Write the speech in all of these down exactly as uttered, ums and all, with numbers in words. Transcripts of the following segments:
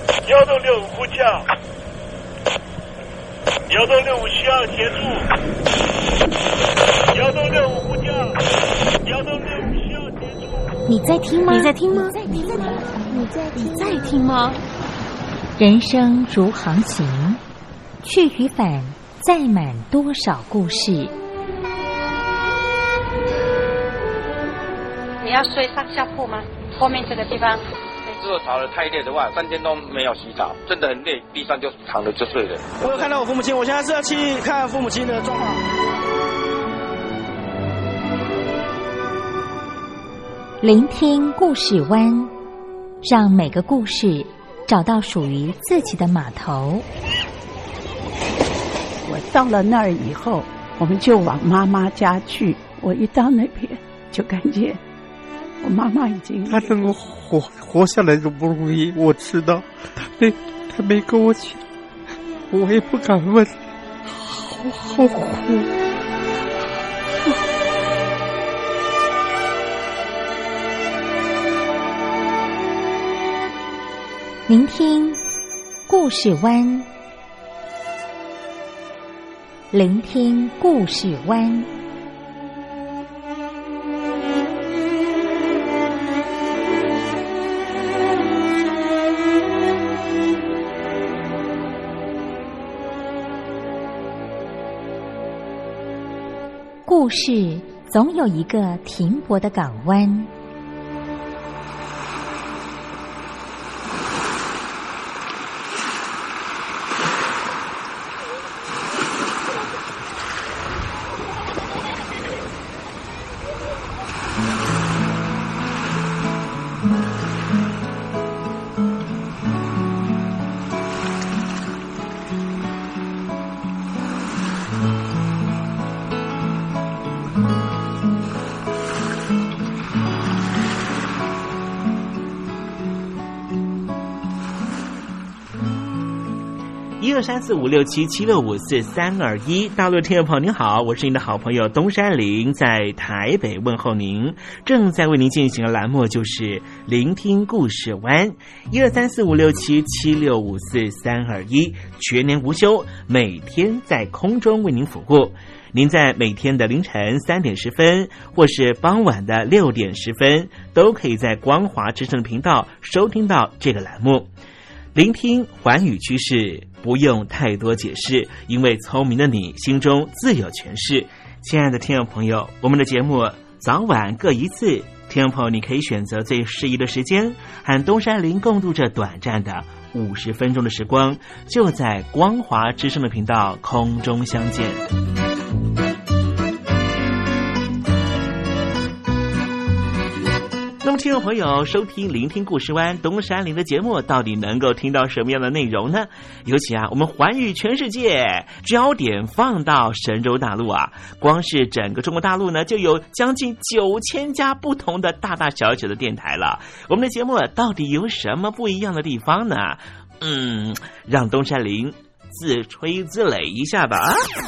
幺洞六五呼叫，幺洞六五需要协助，幺洞六五呼叫，幺洞六五需要协助。 你在听吗？ 你在听吗？ 你在听吗？ 你在你在听吗？ 人生如航行，去与返载满多少故事。 你要睡上下铺吗？后面这个地方。 如果吵得太累的话，三天都没有洗澡，真的很累，地上就躺着就睡了。 我有看到我父母亲，我现在是要去看父母亲的状况。 聆听故事湾，让每个故事找到属于自己的码头。 我到了那儿以后，我们就往妈妈家去。我一到那边，就感觉我妈妈已经她能够活活下来就不容易，我知道，她没她没跟我讲，我也不敢问，好好苦。 聆听故事湾，聆听故事湾。故事总有一个停泊的港湾。 一二三四五六七七六五四三二一，大陆听众朋友您好，我是您的好朋友东山林，在台北问候您。正在为您进行的栏目就是聆听故事湾，一二三四五六七七六五四三二一，全年无休，每天在空中为您服务。您在每天的凌晨三点十分，或是傍晚的六点十分，都可以在光华之声频道收听到这个栏目。聆听寰宇趋势，不用太多解释，因为聪明的你心中自有诠释。亲爱的听众朋友，我们的节目早晚各一次，听众朋友你可以选择最适宜的时间，和东山林共度这短暂的五十分钟的时光，就在光华之声的频道空中相见。那么听众朋友，收听聆听故事湾东山林的节目，到底能够听到什么样的内容呢？尤其啊，我们环宇全世界，焦点放到神州大陆啊，光是整个中国大陆呢，就有将近九千家不同的大大小小的电台了。我们的节目到底有什么不一样的地方呢？嗯，让东山林自吹自擂一下吧。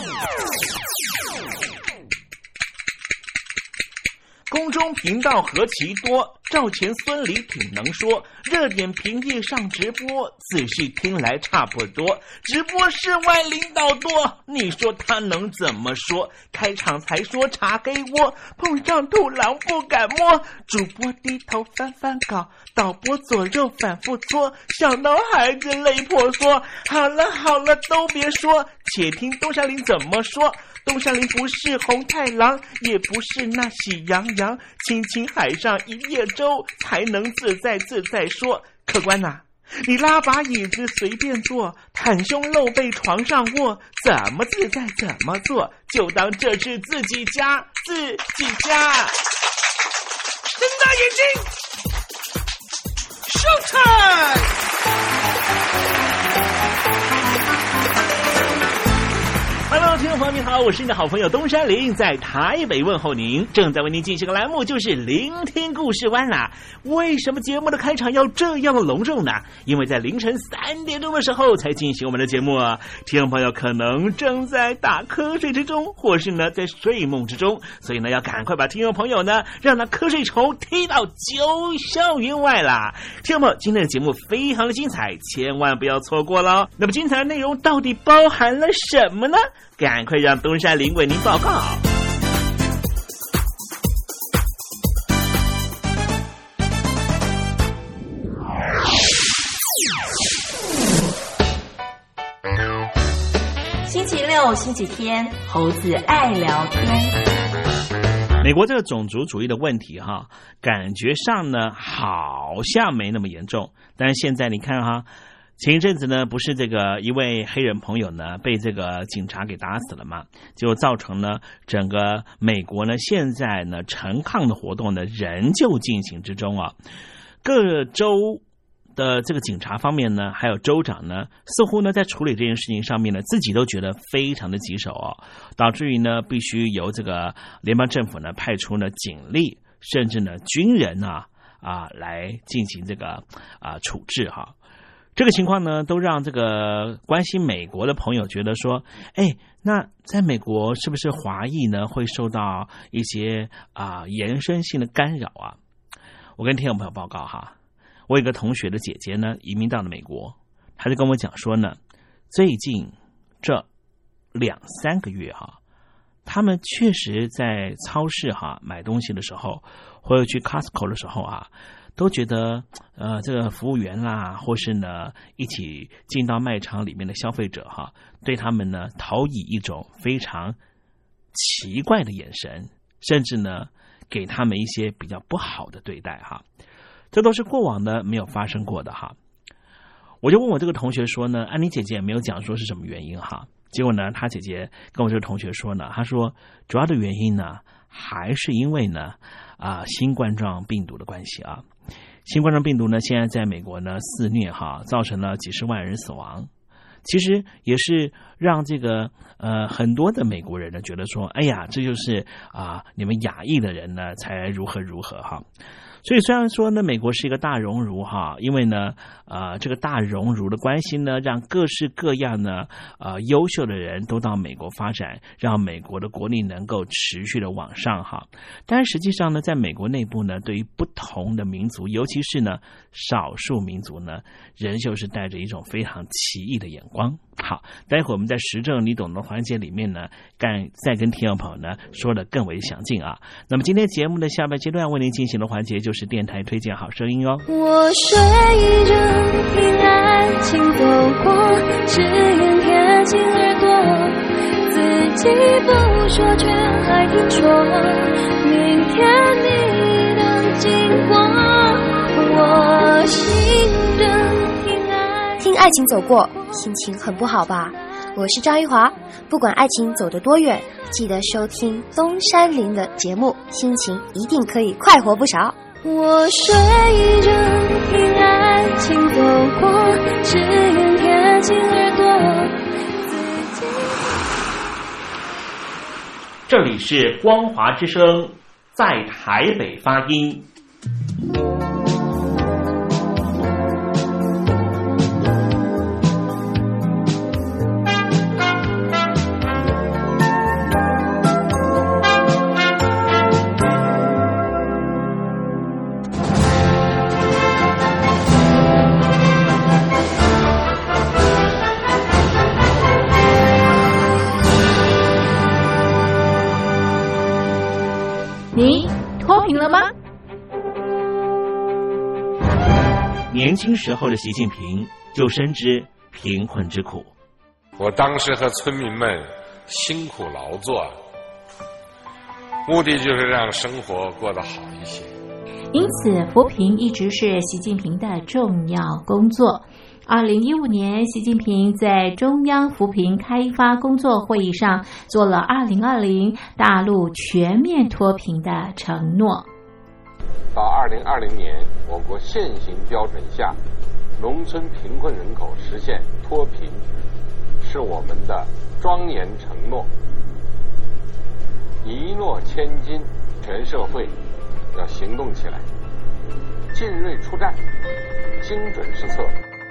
空中频道何其多，赵钱孙李挺能说，热点平地上直播，仔细听来差不多。直播室外领导多，你说他能怎么说？开场才说茶黑窝，碰上土狼不敢摸。主播低头翻翻稿，导播左右反复搓，想到孩子泪婆娑。好了好了，都别说，且听东山林怎么说。东山林不是红太狼，也不是那喜羊羊，亲亲海上一叶舟，才能自在自在说。客官呐、啊，你拉把椅子随便坐，袒胸露背床上卧，怎么自在怎么做，就当这是自己家，自己家。睁大眼睛 ，Showtime！Hello， Hello， 听众朋友您好，我是你的好朋友东山林，在台北问候您。正在为您进行的栏目就是聆听故事湾啦。为什么节目的开场要这样的隆重呢？因为在凌晨三点钟的时候才进行我们的节目啊。听众朋友可能正在打瞌睡之中，或是呢在睡梦之中，所以呢要赶快把听众朋友呢让他瞌睡虫踢到九霄云外啦。听众朋友，今天的节目非常的精彩，千万不要错过了。那么精彩的内容到底包含了什么呢？赶快让东山林为您报告。 星期六、星期天，猴子爱聊天。 美国这个种族主义的问题哈，感觉上呢好像没那么严重，但是现在你看哈。前一阵子呢，不是这个一位黑人朋友呢被这个警察给打死了嘛，就造成了整个美国呢现在呢陈抗的活动呢仍旧进行之中啊。各州的这个警察方面呢，还有州长呢，似乎呢在处理这件事情上面呢，自己都觉得非常的棘手哦，导致于呢必须由这个联邦政府呢派出呢警力，甚至呢军人啊啊来进行这个啊处置哈。这个情况呢，都让这个关心美国的朋友觉得说，哎，那在美国是不是华裔呢会受到一些啊、呃、延伸性的干扰啊？我跟听众朋友报告哈，我有一个同学的姐姐呢移民到了美国，她就跟我讲说呢，最近这两三个月哈，他们确实在超市哈买东西的时候，或者去 Costco 的时候啊。都觉得呃这个服务员啦，或是呢一起进到卖场里面的消费者哈，对他们呢投以一种非常奇怪的眼神，甚至呢给他们一些比较不好的对待哈，这都是过往呢没有发生过的哈。我就问我这个同学说呢，啊你姐姐也没有讲说是什么原因哈，结果呢他姐姐跟我这个同学说呢，他说主要的原因呢还是因为呢啊新冠状病毒的关系啊。新冠状病毒呢，现在在美国呢肆虐哈，造成了几十万人死亡。其实也是让这个呃很多的美国人呢觉得说，哎呀，这就是啊、呃、你们亚裔的人呢才如何如何哈。所以虽然说呢，美国是一个大熔炉哈，因为呢，呃，这个大熔炉的关系呢，让各式各样呢，呃，优秀的人都到美国发展，让美国的国力能够持续的往上哈。但是实际上呢，在美国内部呢，对于不同的民族，尤其是呢少数民族呢，仍旧是带着一种非常奇异的眼光。好，待会儿我们在时政你懂的环节里面呢，干再跟听众朋友呢说的更为详尽啊。那么今天节目的下半阶段为您进行的环节就是电台推荐好声音哦。 我睡着听爱情走过，只愿贴近耳朵，自己不说却还听说，明天你的经过，我醒着听爱听爱情走过，心情很不好吧？我是张玉华，不管爱情走得多远，记得收听东山林的节目，心情一定可以快活不少。 我睡着听爱情走过，只愿贴近耳朵，自己。 这里是光华之声，在台北发音。 你脱贫了吗？ 年轻时候的习近平就深知贫困之苦。 我当时和村民们辛苦劳作，目的就是让生活过得好一些。 因此，扶贫一直是习近平的重要工作。二零一五年，习近平在中央扶贫开发工作会议上做了二零二零大陆全面脱贫的承诺。 到二零二零年，我国现行标准下，农村贫困人口实现脱贫， 是我们的庄严承诺，一诺千金，全社会要行动起来，进锐出战，精准施策。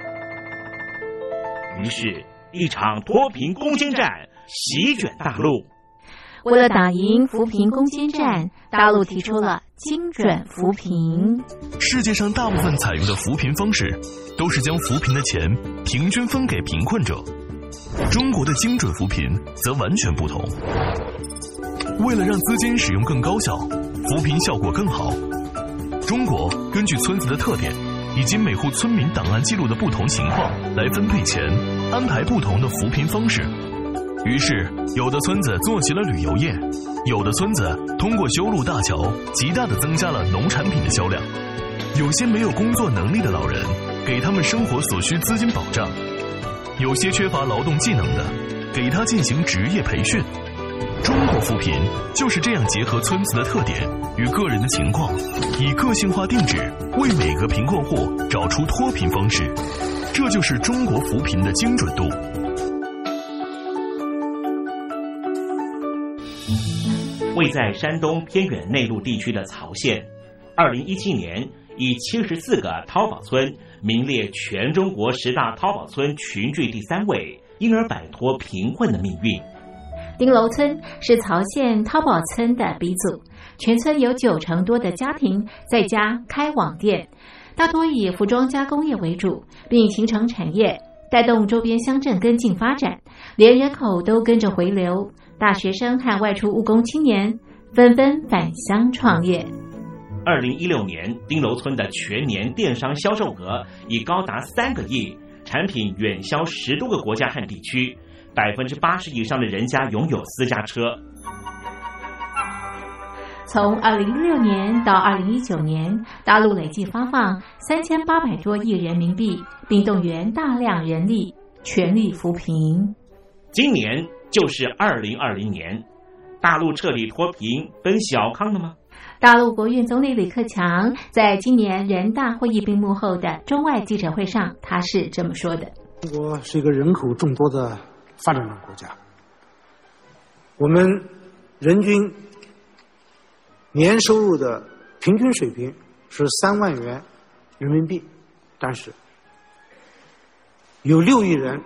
于是，一场脱贫攻坚战席卷大陆。 为了打赢扶贫攻坚战，大陆提出了精准扶贫。 世界上大部分采用的扶贫方式，都是将扶贫的钱平均分给贫困者。中国的精准扶贫则完全不同。为了让资金使用更高效，扶贫效果更好，中国根据村子的特点以及每户村民档案记录的不同情况来分配钱，安排不同的扶贫方式。于是，有的村子做起了旅游业，有的村子通过修路大桥，极大地增加了农产品的销量。有些没有工作能力的老人，给他们生活所需资金保障；有些缺乏劳动技能的，给他进行职业培训。中国扶贫就是这样结合村子的特点与个人的情况，以个性化定制为每个贫困户找出脱贫方式。这就是中国扶贫的精准度。 位在山东偏远内陆地区的曹县，二零一七年以七十四个淘宝村名列全中国十大淘宝村群聚第三位，因而摆脱贫困的命运。 丁楼村是曹县淘宝村的鼻祖，全村有九成多的家庭在家开网店，大多以服装加工业为主，并形成产业，带动周边乡镇跟进发展，连人口都跟着回流。大学生和外出务工青年纷纷返乡创业。 二零一六年，丁楼村的全年电商销售额已高达三个亿，产品远销十多个国家和地区，百分之八十以上的人家拥有私家车。 从二零一六年到二零一九年，大陆累计发放三千八百多亿人民币，并动员大量人力，全力扶贫。 今年就是二零二零年，大陆彻底脱贫奔小康了吗？ 大陆国务院总理李克强在今年人大会议闭幕后的中外记者会上，他是这么说的： 中国是一个人口众多的发展中国家，我们人均年收入的平均水平是三万元人民币，但是有六亿人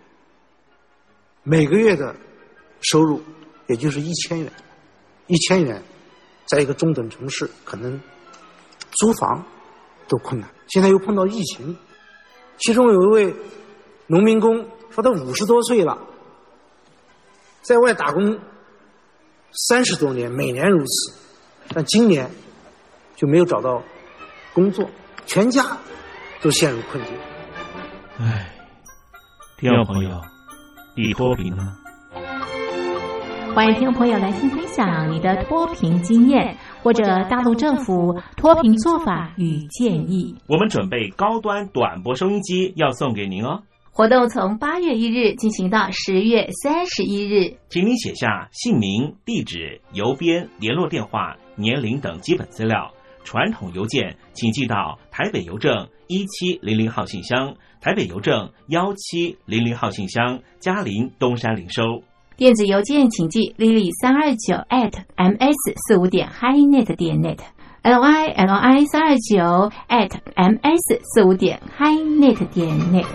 每个月的收入也就是一千元，一千元在一个中等城市可能租房都困难，现在又碰到疫情。其中有一位农民工说他五十多岁了，在外打工三十多年，每年如此，但今年就没有找到工作，全家都陷入困境。 唉，听众朋友，你脱贫了吗？ 欢迎听众朋友来信分享你的脱贫经验，或者大陆政府脱贫做法与建议。 我们准备高端短波收音机要送给您哦。 活动从八月一日进行到十月三十一日， 请您写下姓名、地址、邮编、联络电话、年龄等基本资料。传统邮件请寄到台北邮政一七零零号信箱，台北邮政幺七零零号信箱，嘉林东山零收。 电子邮件请寄 lily 三二九 at ms 四五点 highnet 点 net l i l i 三二九 at ms 四五点 highnet 点 net。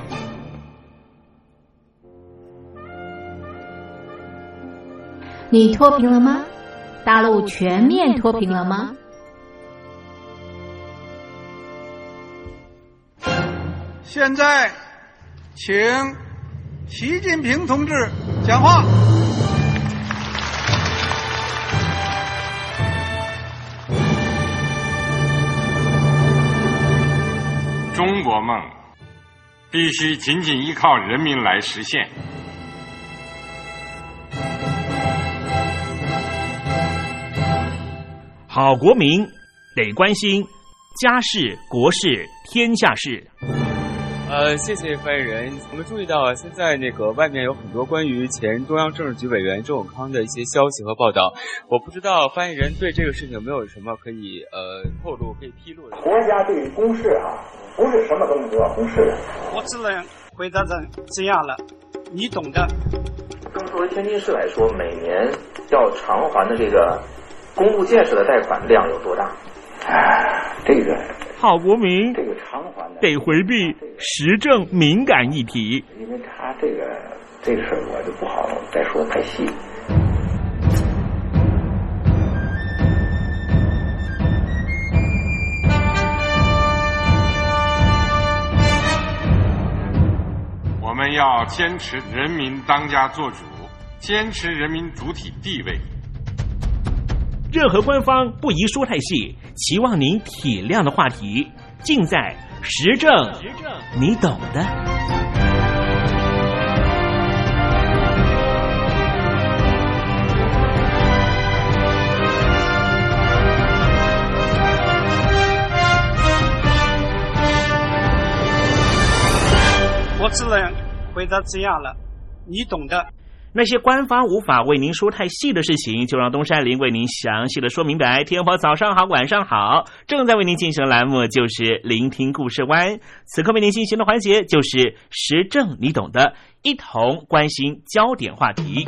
你脱贫了吗？大陆全面脱贫了吗？ 现在，请习近平同志讲话。 中国梦必须紧紧依靠人民来实现。 好国民得关心家事、国事、天下事。 呃，谢谢发言人。我们注意到，现在那个外面有很多关于前中央政治局委员周永康的一些消息和报道。我不知道发言人对这个事情有没有什么可以呃透露、可以披露的？ 国家对于公事啊，不是什么东西都要公示的。 我只能回答成这样了。 你懂的。 那么作为天津市来说，每年要偿还的这个公路建设的贷款量有多大？哎，这个郝国民这个偿还的得回避时政敏感议题， 因为他这个这个事儿我就不好再说太细。 我们要坚持人民当家作主，坚持人民主体地位。 任何官方不宜说太细，期望您体谅的话题，尽在时政，你懂的。 我只能回答这样了，你懂的。 那些官方无法为您说太细的事情，就让东山林为您详细的说明白。天婆早上好，晚上好，正在为您进行的栏目就是聆听故事湾，此刻为您进行的环节就是时政你懂的，一同关心焦点话题。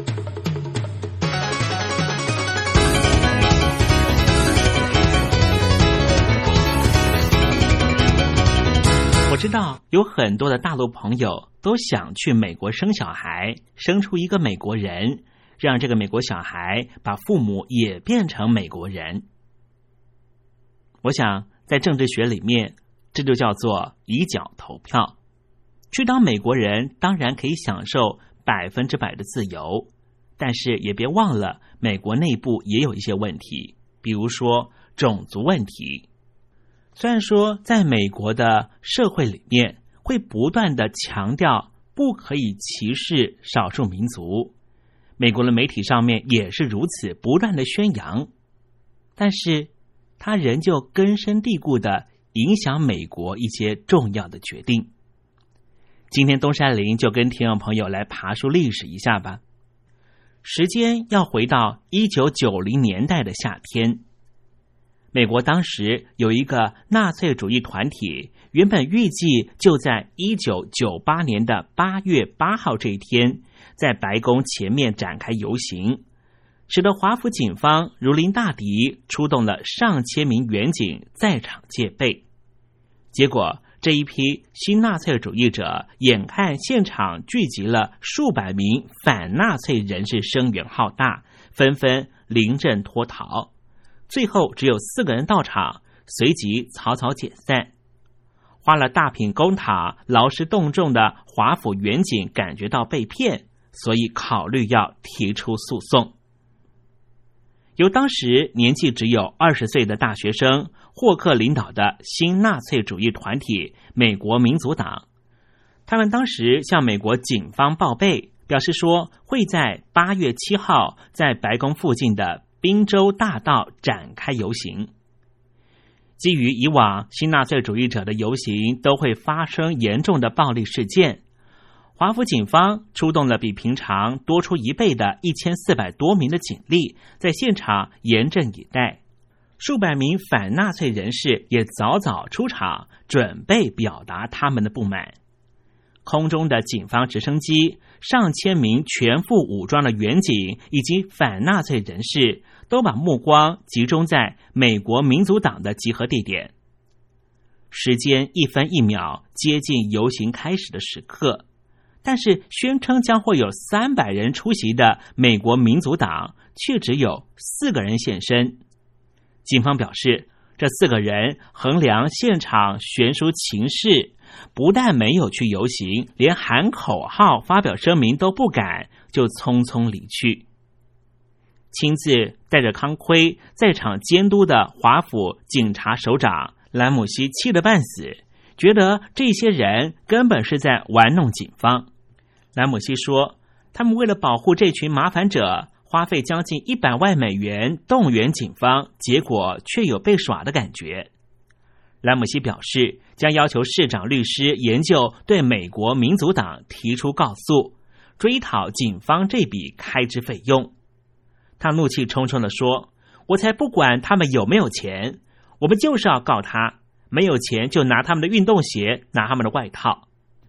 我知道有很多的大陆朋友都想去美国生小孩，生出一个美国人，让这个美国小孩把父母也变成美国人。我想在政治学里面，这就叫做以脚投票。去当美国人当然可以享受百分之百的自由，但是也别忘了美国内部也有一些问题，比如说种族问题。虽然说在美国的社会里面会不断的强调不可以歧视少数民族，美国的媒体上面也是如此不断的宣扬，但是它仍旧根深蒂固的影响美国一些重要的决定。今天东山林就跟听众朋友来爬梳历史一下吧。时间要回到一九九零年代的夏天，美国当时有一个纳粹主义团体，原本预计就在一九九八年的八月八号这一天，在白宫前面展开游行，使得华府警方如临大敌，出动了上千名远警在场戒备。结果这一批新纳粹主义者眼看现场聚集了数百名反纳粹人士，声援浩大，纷纷临阵脱逃。最后只有四个人到场，随即草草解散。花了大品公帑劳师动众的华府远警感觉到被骗，所以考虑要提出诉讼。由当时年纪只有二十岁的大学生霍克领导的新纳粹主义团体美国民族党，他们当时向美国警方报备，表示说会在八月七号在白宫附近的宾州大道展开游行。基于以往新纳粹主义者的游行都会发生严重的暴力事件，华府警方出动了比平常多出一倍的一千四百多名的警力，在现场严阵以待。数百名反纳粹人士也早早出场，准备表达他们的不满。空中的警方直升机、上千名全副武装的远警以及反纳粹人士都把目光集中在美国民族党的集合地点。时间一分一秒接近游行开始的时刻，但是宣称将会有三百人出席的美国民族党却只有四个人现身。警方表示，这四个人衡量现场悬殊情势，不但没有去游行，连喊口号发表声明都不敢，就匆匆离去。亲自带着康盔在场监督的华府警察首长兰姆西气得半死，觉得这些人根本是在玩弄警方。兰姆西说，他们为了保护这群麻烦者，花费将近一百万美元动员警方，结果却有被耍的感觉。兰姆西表示，将要求市长律师研究对美国民族党提出告诉，追讨警方这笔开支费用。他怒气冲冲地说，我才不管他们有没有钱，我们就是要告他，没有钱就拿他们的运动鞋，拿他们的外套。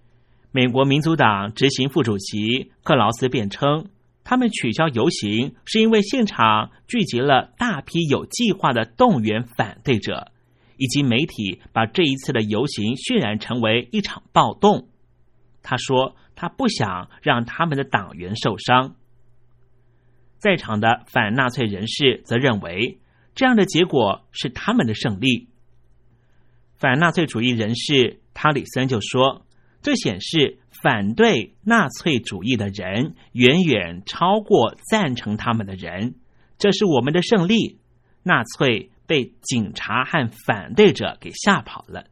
美国民主党执行副主席克劳斯辩称，他们取消游行是因为现场聚集了大批有计划的动员反对者，以及媒体把这一次的游行渲染成为一场暴动。他说他不想让他们的党员受伤。在场的反纳粹人士则认为，这样的结果是他们的胜利。反纳粹主义人士塔里森就说，这显示反对纳粹主义的人远远超过赞成他们的人，这是我们的胜利。纳粹被警察和反对者给吓跑了。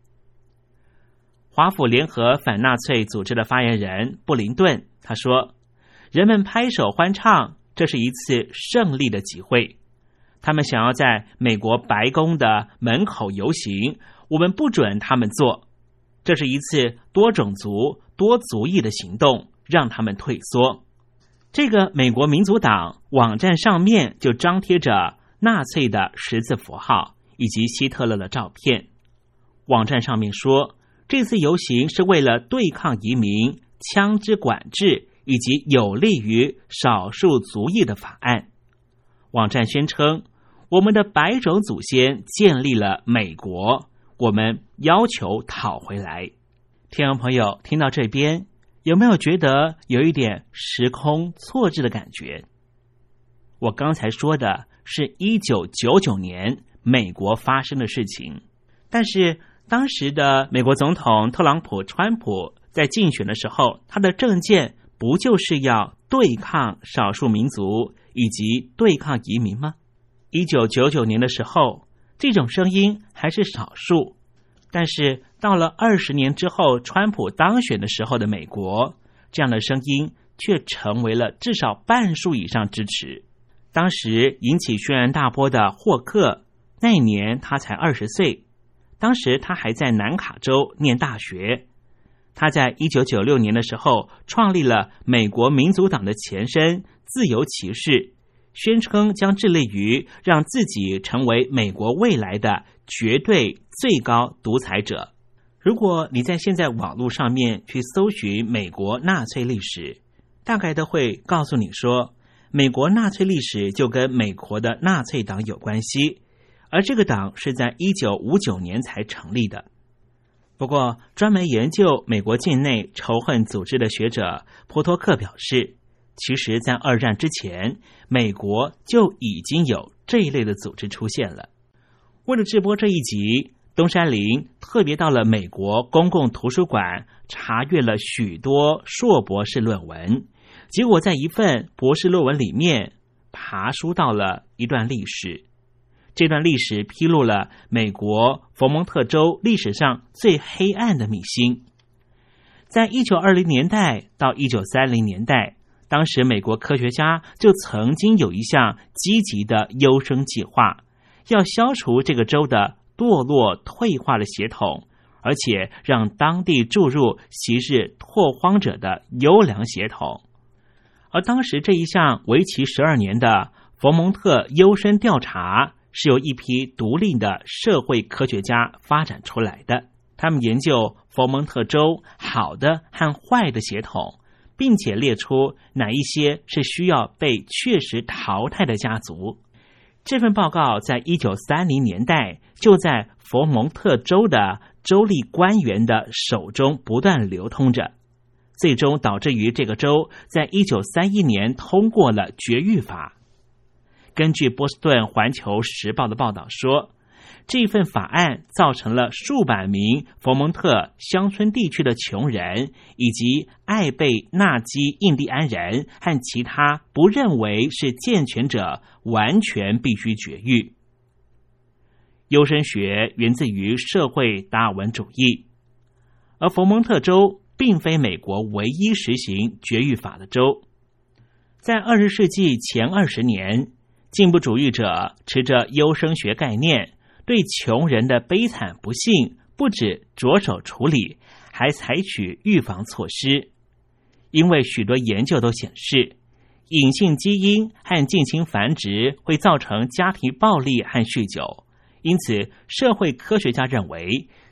华府联合反纳粹组织的发言人布林顿他说，人们拍手欢唱，这是一次胜利的集会。他们想要在美国白宫的门口游行，我们不准他们做。这是一次多种族、多族裔的行动，让他们退缩。这个美国民主党网站上面就张贴着纳粹的十字符号以及希特勒的照片。网站上面说，这次游行是为了对抗移民、枪支管制以及有利于少数族裔的法案。网站宣称，我们的白种祖先建立了美国，我们要求讨回来。听众朋友听到这边，有没有觉得有一点时空错置的感觉？我刚才说的是一九九九年美国发生的事情，但是当时的美国总统特朗普川普在竞选的时候，他的政见不就是要对抗少数民族以及对抗移民吗？一九九九年的时候，这种声音还是少数，但是到了二十年之后，川普当选的时候的美国，这样的声音却成为了至少半数以上支持。当时引起轩然大波的霍克，那一年他才二十岁，当时他还在南卡州念大学。他在一九九六年的时候创立了美国民主党的前身自由骑士，宣称将致力于让自己成为美国未来的绝对最高独裁者。如果你在现在网络上面去搜寻美国纳粹历史，大概都会告诉你说，美国纳粹历史就跟美国的纳粹党有关系，而这个党是在一九五九年才成立的。不过，专门研究美国境内仇恨组织的学者波托克表示，其实在二战之前，美国就已经有这一类的组织出现了。为了直播这一集，东山林特别到了美国公共图书馆查阅了许多硕博士论文，结果在一份博士论文里面爬书到了一段历史。这段历史披露了美国佛蒙特州历史上最黑暗的秘辛。在一九二零年代到一九三零年代，当时美国科学家就曾经有一项积极的优生计划，要消除这个州的堕落退化的血统，而且让当地注入昔日拓荒者的优良血统。而当时这一项为期十二年的佛蒙特优生调查是由一批独立的社会科学家发展出来的。他们研究佛蒙特州好的和坏的血统，并且列出哪一些是需要被确实淘汰的家族。这份报告在一九三零年代就在佛蒙特州的州立官员的手中不断流通着，最终导致于这个州在一九三一年通过了绝育法。根据波士顿环球时报的报道说，这份法案造成了数百名佛蒙特乡村地区的穷人以及艾贝纳基印第安人和其他不认为是健全者完全必须绝育。优生学源自于社会达尔文主义，而佛蒙特州并非美国唯一实行绝育法的州。在二十世纪前二十年，进步主义者持着优生学概念，对穷人的悲惨不幸不止着手处理，还采取预防措施。因为许多研究都显示，隐性基因和近亲繁殖会造成家庭暴力和酗酒，因此社会科学家认为，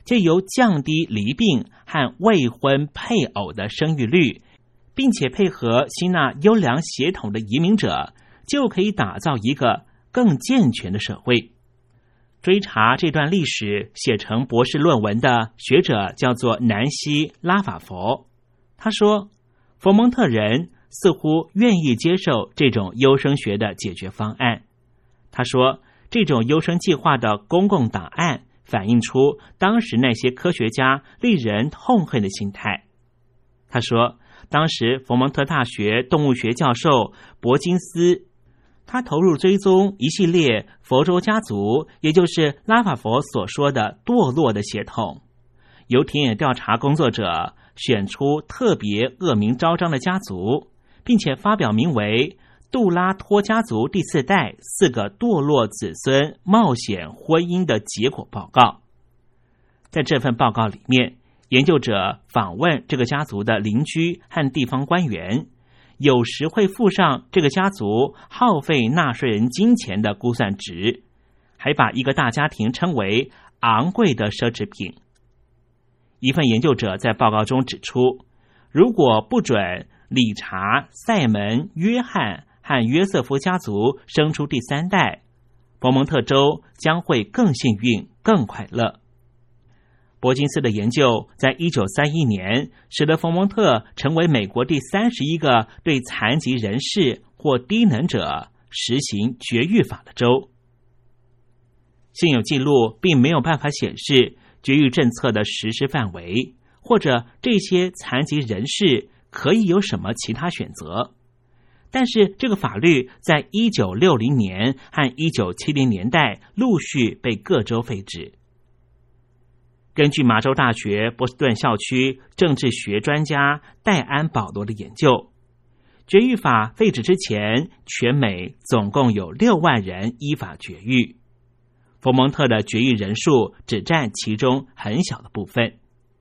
借由降低离病和未婚配偶的生育率，并且配合吸纳优良血统的移民者，就可以打造一个更健全的社会。追查这段历史写成博士论文的学者叫做南希·拉法佛，他说佛蒙特人似乎愿意接受这种优生学的解决方案。他说这种优生计划的公共档案反映出当时那些科学家令人痛恨的心态。他说当时佛蒙特大学动物学教授伯金斯，他投入追踪一系列佛州家族，也就是拉法佛所说的堕落的血统，由田野调查工作者选出特别恶名昭彰的家族，并且发表名为杜拉托家族第四代四个堕落子孙冒险婚姻的结果报告。在这份报告里面，研究者访问这个家族的邻居和地方官员，有时会附上这个家族耗费纳税人金钱的估算值，还把一个大家庭称为昂贵的奢侈品。一份研究者在报告中指出，如果不准理查、塞门、约翰和约瑟夫家族生出第三代，佛蒙特州将会更幸运、更快乐。伯金斯的研究在一九三一年使得佛蒙特成为美国第三十一个对残疾人士或低能者实行绝育法的州。现有记录并没有办法显示绝育政策的实施范围，或者这些残疾人士可以有什么其他选择。但是这个法律在一九六零年和一九七零年代陆续被各州废止。根据麻州大学波士顿校区政治学专家戴安·保罗的研究，绝育法废止之前，全美总共有六万人依法绝育，佛蒙特的绝育人数只占其中很小的部分。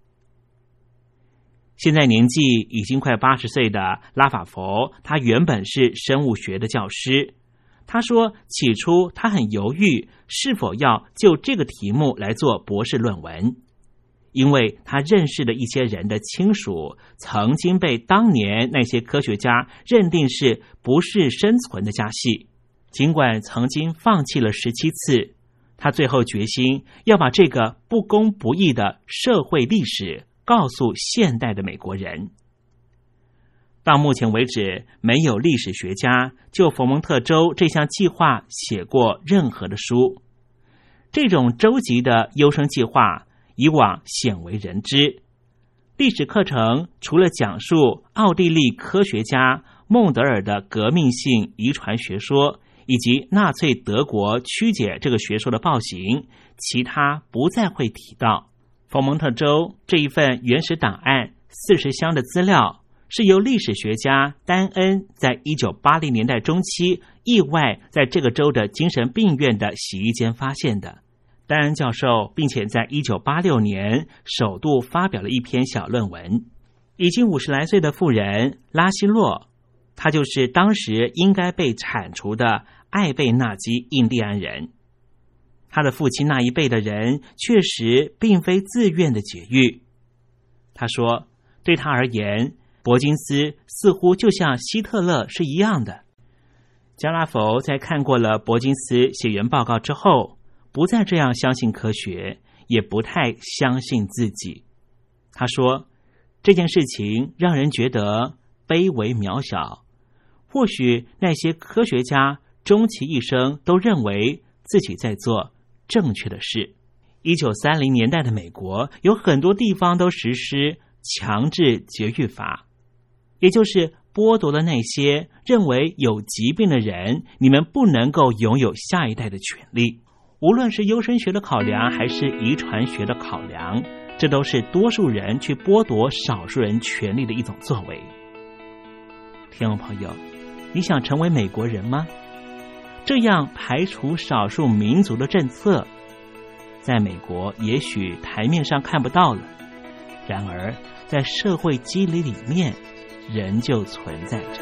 现在年纪已经快八十岁的拉法佛，他原本是生物学的教师。他说起初他很犹豫是否要就这个题目来做博士论文，因为他认识的一些人的亲属曾经被当年那些科学家认定是不是生存的家系。尽管曾经放弃了十七次，他最后决心要把这个不公不义的社会历史告诉现代的美国人。到目前为止，没有历史学家就佛蒙特州这项计划写过任何的书。这种州级的优生计划以往鲜为人知。历史课程除了讲述奥地利科学家孟德尔的革命性遗传学说，以及纳粹德国曲解这个学说的暴行，其他不再会提到。佛蒙特州这一份原始档案四十箱的资料，是由历史学家丹恩在一九八零年代中期意外在这个州的精神病院的洗衣间发现的。丹恩教授并且在一九八六年首度发表了一篇小论文。已经五十来岁的妇人拉希洛，他就是当时应该被铲除的艾贝纳基印第安人。他的父亲那一辈的人确实并非自愿的绝育。他说对他而言，伯金斯似乎就像希特勒是一样的。加拉佛在看过了伯金斯写原报告之后，不再这样相信科学，也不太相信自己。他说这件事情让人觉得卑微渺小，或许那些科学家终其一生都认为自己在做正确的事。一九三零年代的美国有很多地方都实施强制绝育法，也就是剥夺了那些认为有疾病的人，你们不能够拥有下一代的权利。无论是优生学的考量还是遗传学的考量，这都是多数人去剥夺少数人权利的一种作为。听众朋友，你想成为美国人吗？这样排除少数民族的政策，在美国也许台面上看不到了，然而在社会机理里面仍旧存在着。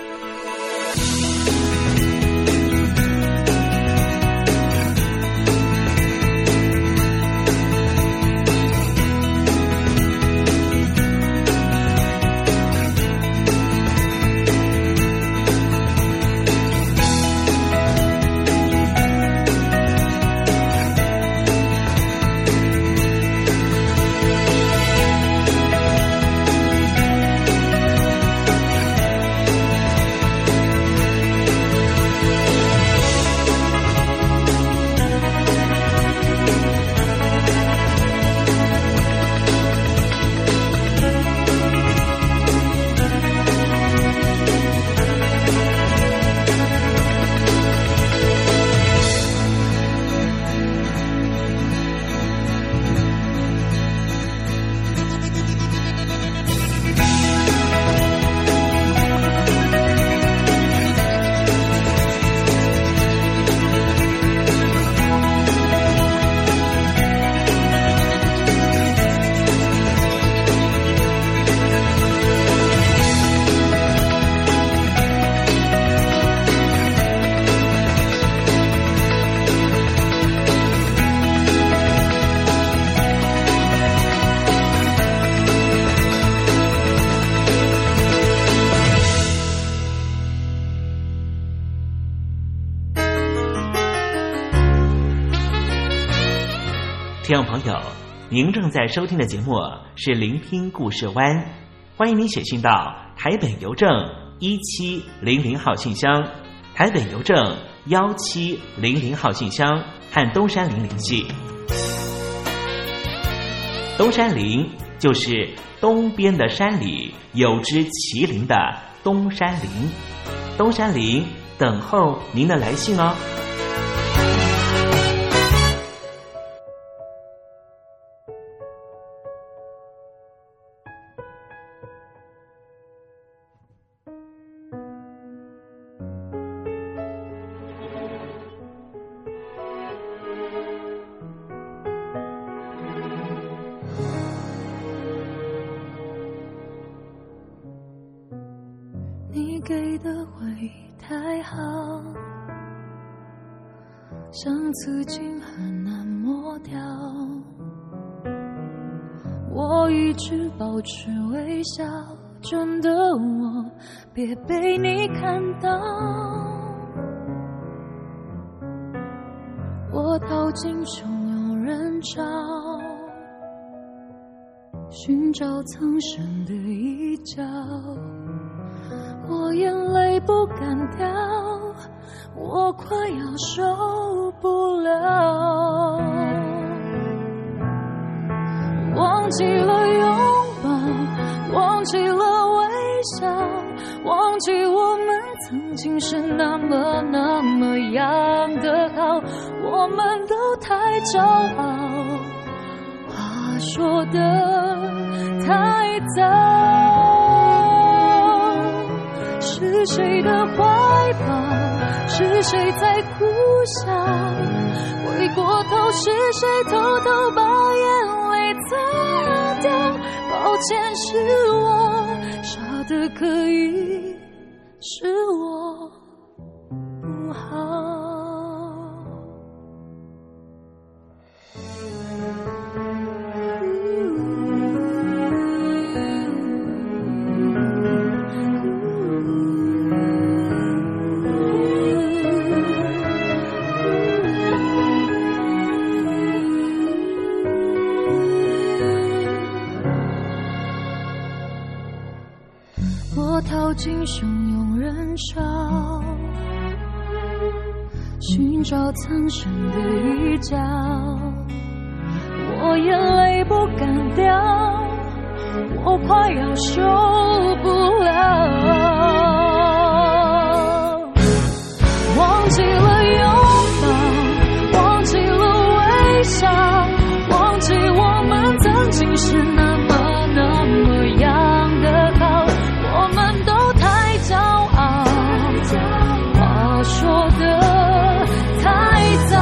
听众朋友，您正在收听的节目是聆听故事湾，欢迎您写信到台北邮政一七零零号信箱，台北邮政幺七零零号信箱和东山林联系。东山林就是东边的山里有只麒麟的东山林，东山林等候您的来信哦。 你给的回太好，像刺青很难抹掉，我一直保持微笑，真的我别被你看到，我逃进汹涌人潮，寻找藏身的一角，我眼泪不敢掉，我快要受不了，忘记了拥抱，忘记了微笑，忘记我们曾经是那么那么样的好，我们都太骄傲，话说得太早，是谁的怀抱，是谁在哭笑，回过头是谁偷偷把眼泪擦掉，抱歉是我傻得可以，是我不好。我逃进汹涌人潮，寻找藏身的一角，我眼泪不敢掉，我快要受不了，忘记了拥抱，忘记了微笑，忘记我们曾经是那么那么样的好，我们都太骄傲，话说得太早，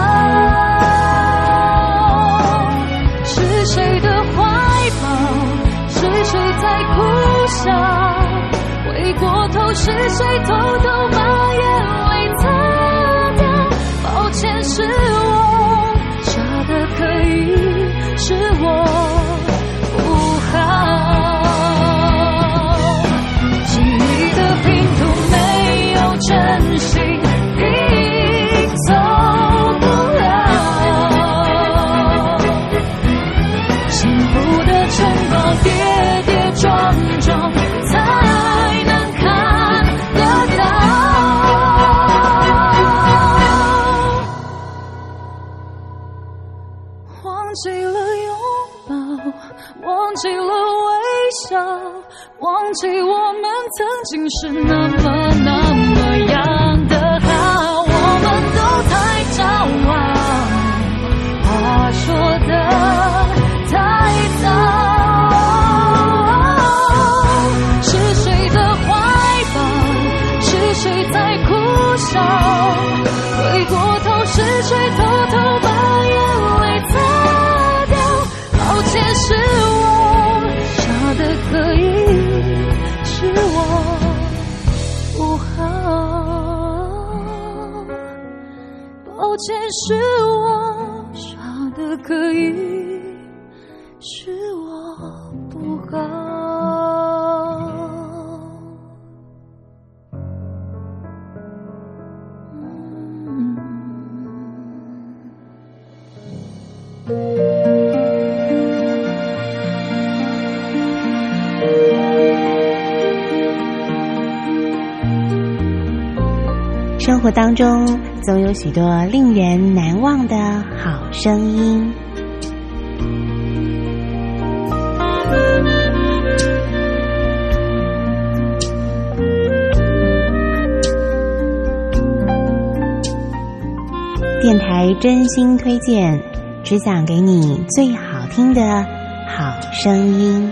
是谁的怀抱，是谁在哭笑，回过头是谁偷偷把眼泪擦掉，抱歉是我傻得可以，是我不好，真心拼凑不了，幸福的城堡跌跌撞撞才能看得到，忘记了拥抱，忘记了微笑，忘记我们曾经是那么那么样的好，我们都太骄傲，话说得太早，是谁的怀抱，是谁在哭笑，回过头是谁偷偷把眼泪擦掉，抱歉是我傻得可以，是我不好，抱歉是我傻得可以，是我不好。嗯生活当中总有许多令人难忘的好声音。电台真心推荐，只想给你最好听的好声音。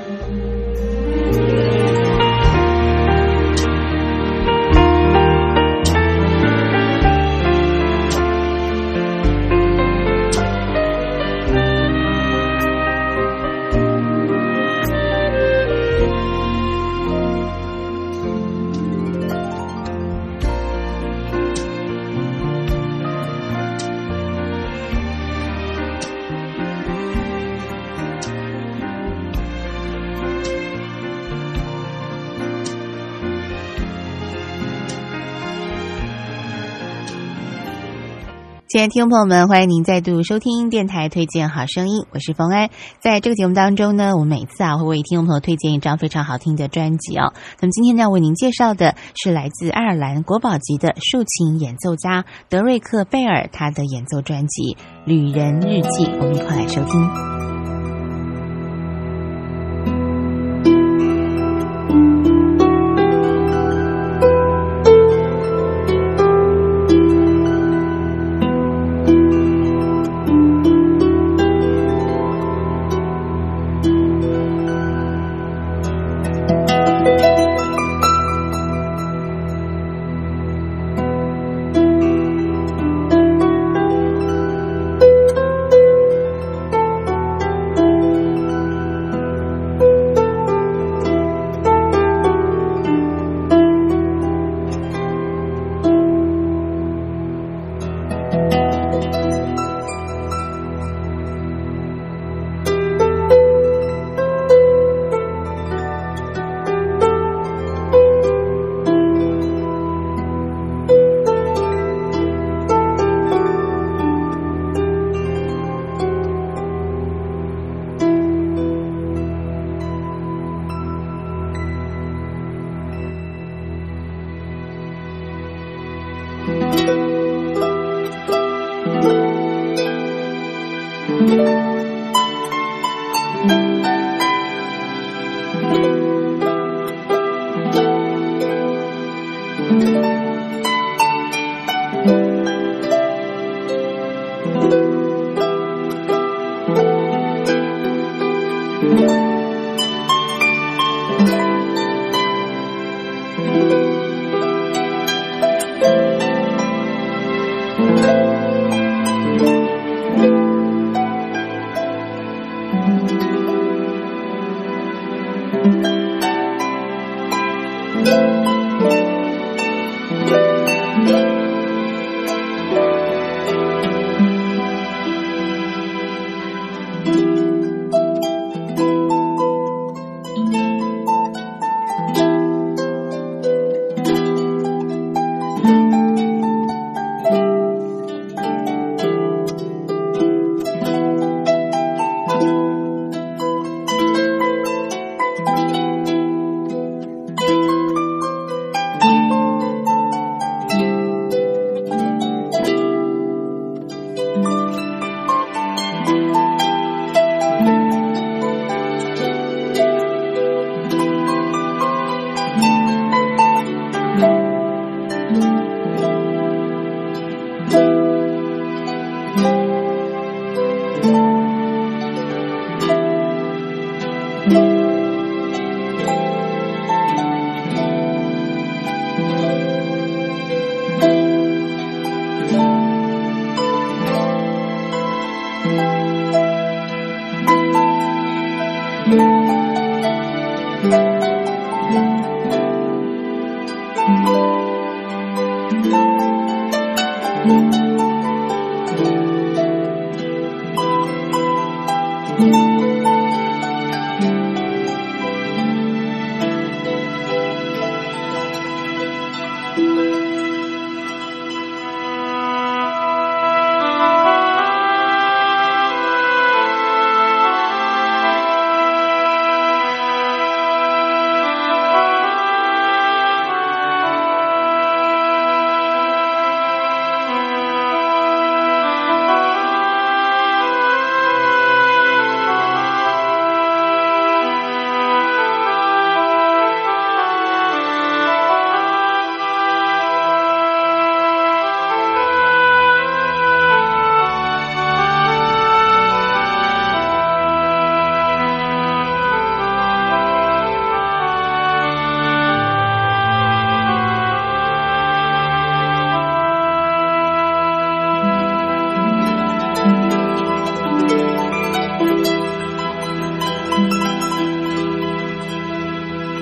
亲爱的听众朋友们，欢迎您再度收听电台推荐好声音，我是冯安。在这个节目当中呢，我们每次啊会为听众朋友推荐一张非常好听的专辑哦。那么今天呢，要为您介绍的是来自爱尔兰国宝级的竖琴演奏家德瑞克·贝尔他的演奏专辑《旅人日记》，我们一块来收听。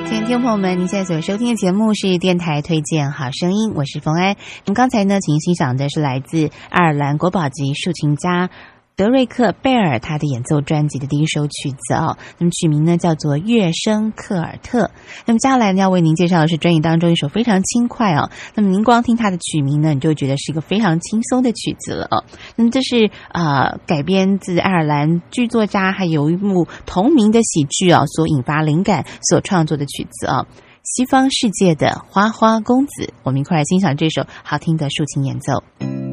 亲爱的听众朋友们，您现在所收听的节目是电台推荐好声音，我是冯安。我们刚才呢，请欣赏的是来自爱尔兰国宝级竖琴家德瑞克·贝尔他的演奏专辑的第一首曲子哦，那么曲名呢叫做《乐声克尔特》。那么接下来呢要为您介绍的是专辑当中一首非常轻快哦，那么您光听它的曲名呢，你就会觉得是一个非常轻松的曲子了哦。那么这是呃改编自爱尔兰剧作家还有一幕同名的喜剧哦所引发灵感所创作的曲子哦，西方世界的花花公子。我们一块来欣赏这首好听的竖琴演奏。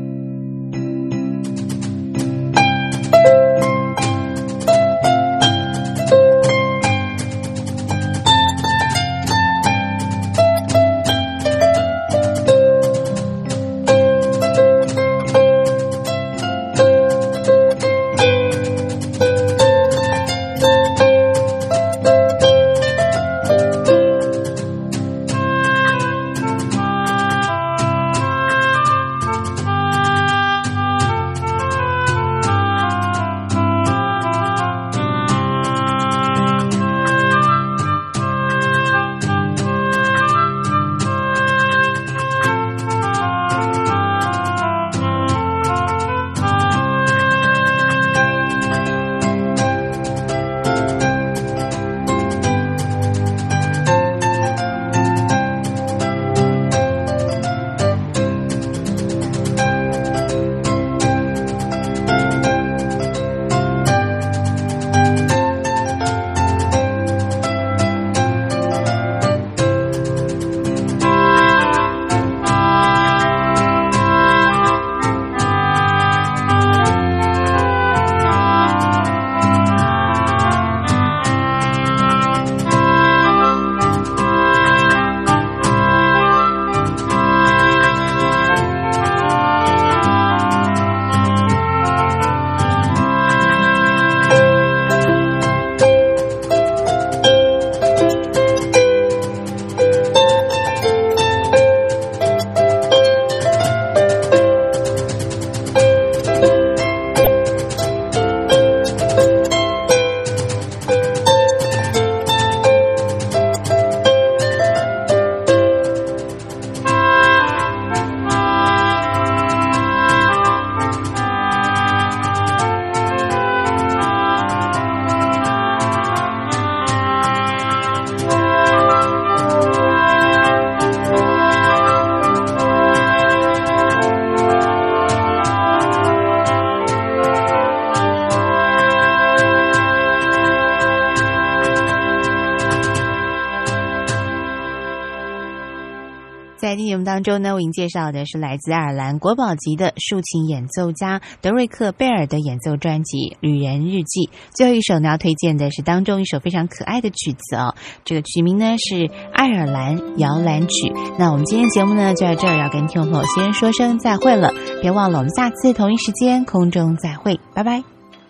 在节目当中呢，为您介绍的是来自爱尔兰国宝级的竖琴演奏家德瑞克·贝尔的演奏专辑《旅人日记》。最后一首呢，要推荐的是当中一首非常可爱的曲子哦，这个曲名呢是《爱尔兰摇篮曲》。那我们今天节目呢就在这儿，要跟听众朋友先说声再会了，别忘了我们下次同一时间空中再会，拜拜。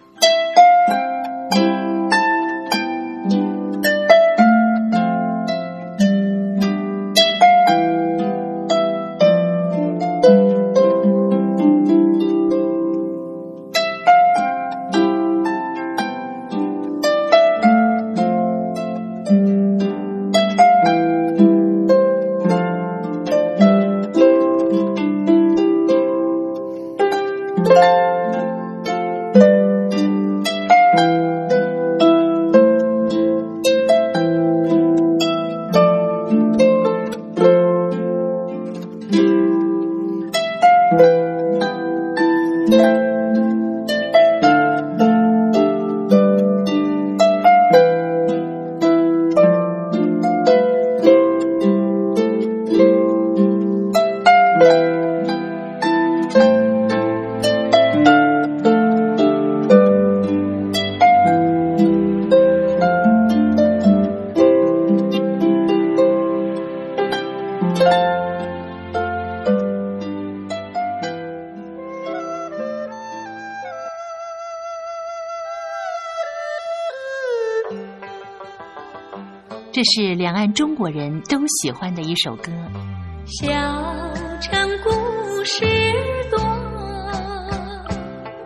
这是两岸中国人都喜欢的一首歌。 小城故事多，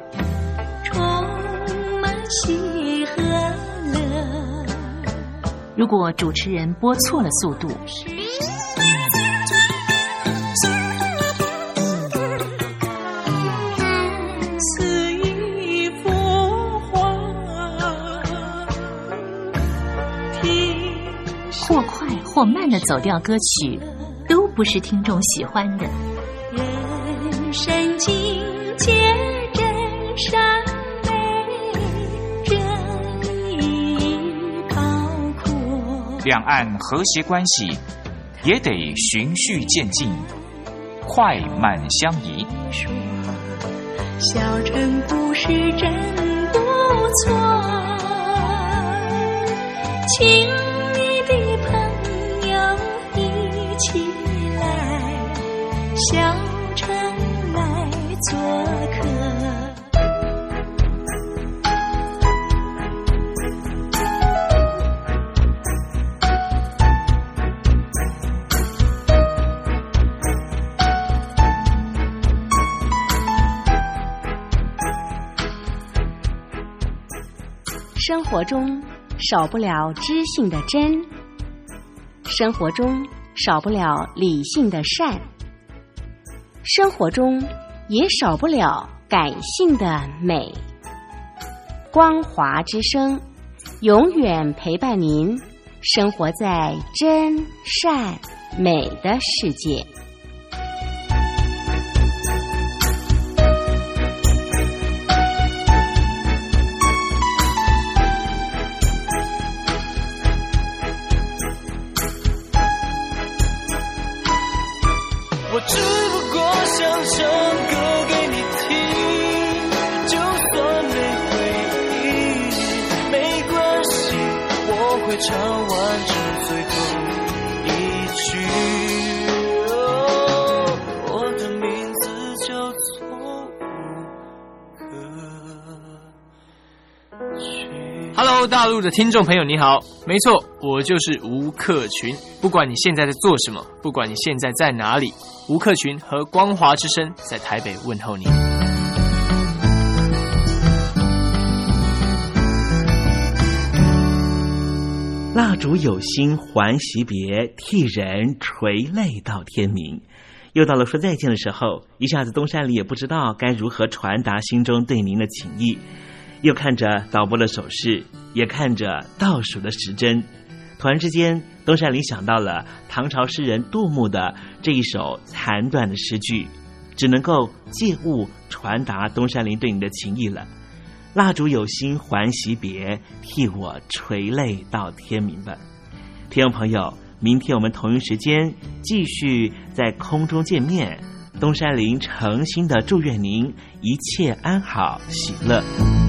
充满喜和乐， 如果主持人播错了速度， 似一幅画， 或快或慢的走调歌曲，都不是听众喜欢的。 人生境界真善美，真意高阔。 两岸和谐关系也得循序渐进，快慢相宜。 小城故事真不错，请你的朋友一起来，小城来做客。 生活中少不了知性的真，生活中少不了理性的善，生活中也少不了感性的美。光华之声永远陪伴您，生活在真善美的世界。 我只不过想唱歌给你听，就算没回应没关系，我会唱完这最后一句。哦，我的名字叫做吴克群。Hello， 大陆的听众朋友你好，没错，我就是吴克群。不管你现在在做什么，不管你现在在哪里，吴克群和光华之声在台北问候你。 蜡烛有心还惜别，替人垂泪到天明。又到了说再见的时候，一下子东山里也不知道该如何传达心中对您的情意。又看着导播的手势，也看着倒数的时针，突然之间东山里想到了唐朝诗人杜牧的这一首残短的诗句，只能够借物传达东山林对你的情意了。蜡烛有心还惜别，替我垂泪到天明吧。听众朋友，明天我们同一时间继续在空中见面。东山林诚心的祝愿您一切安好喜乐。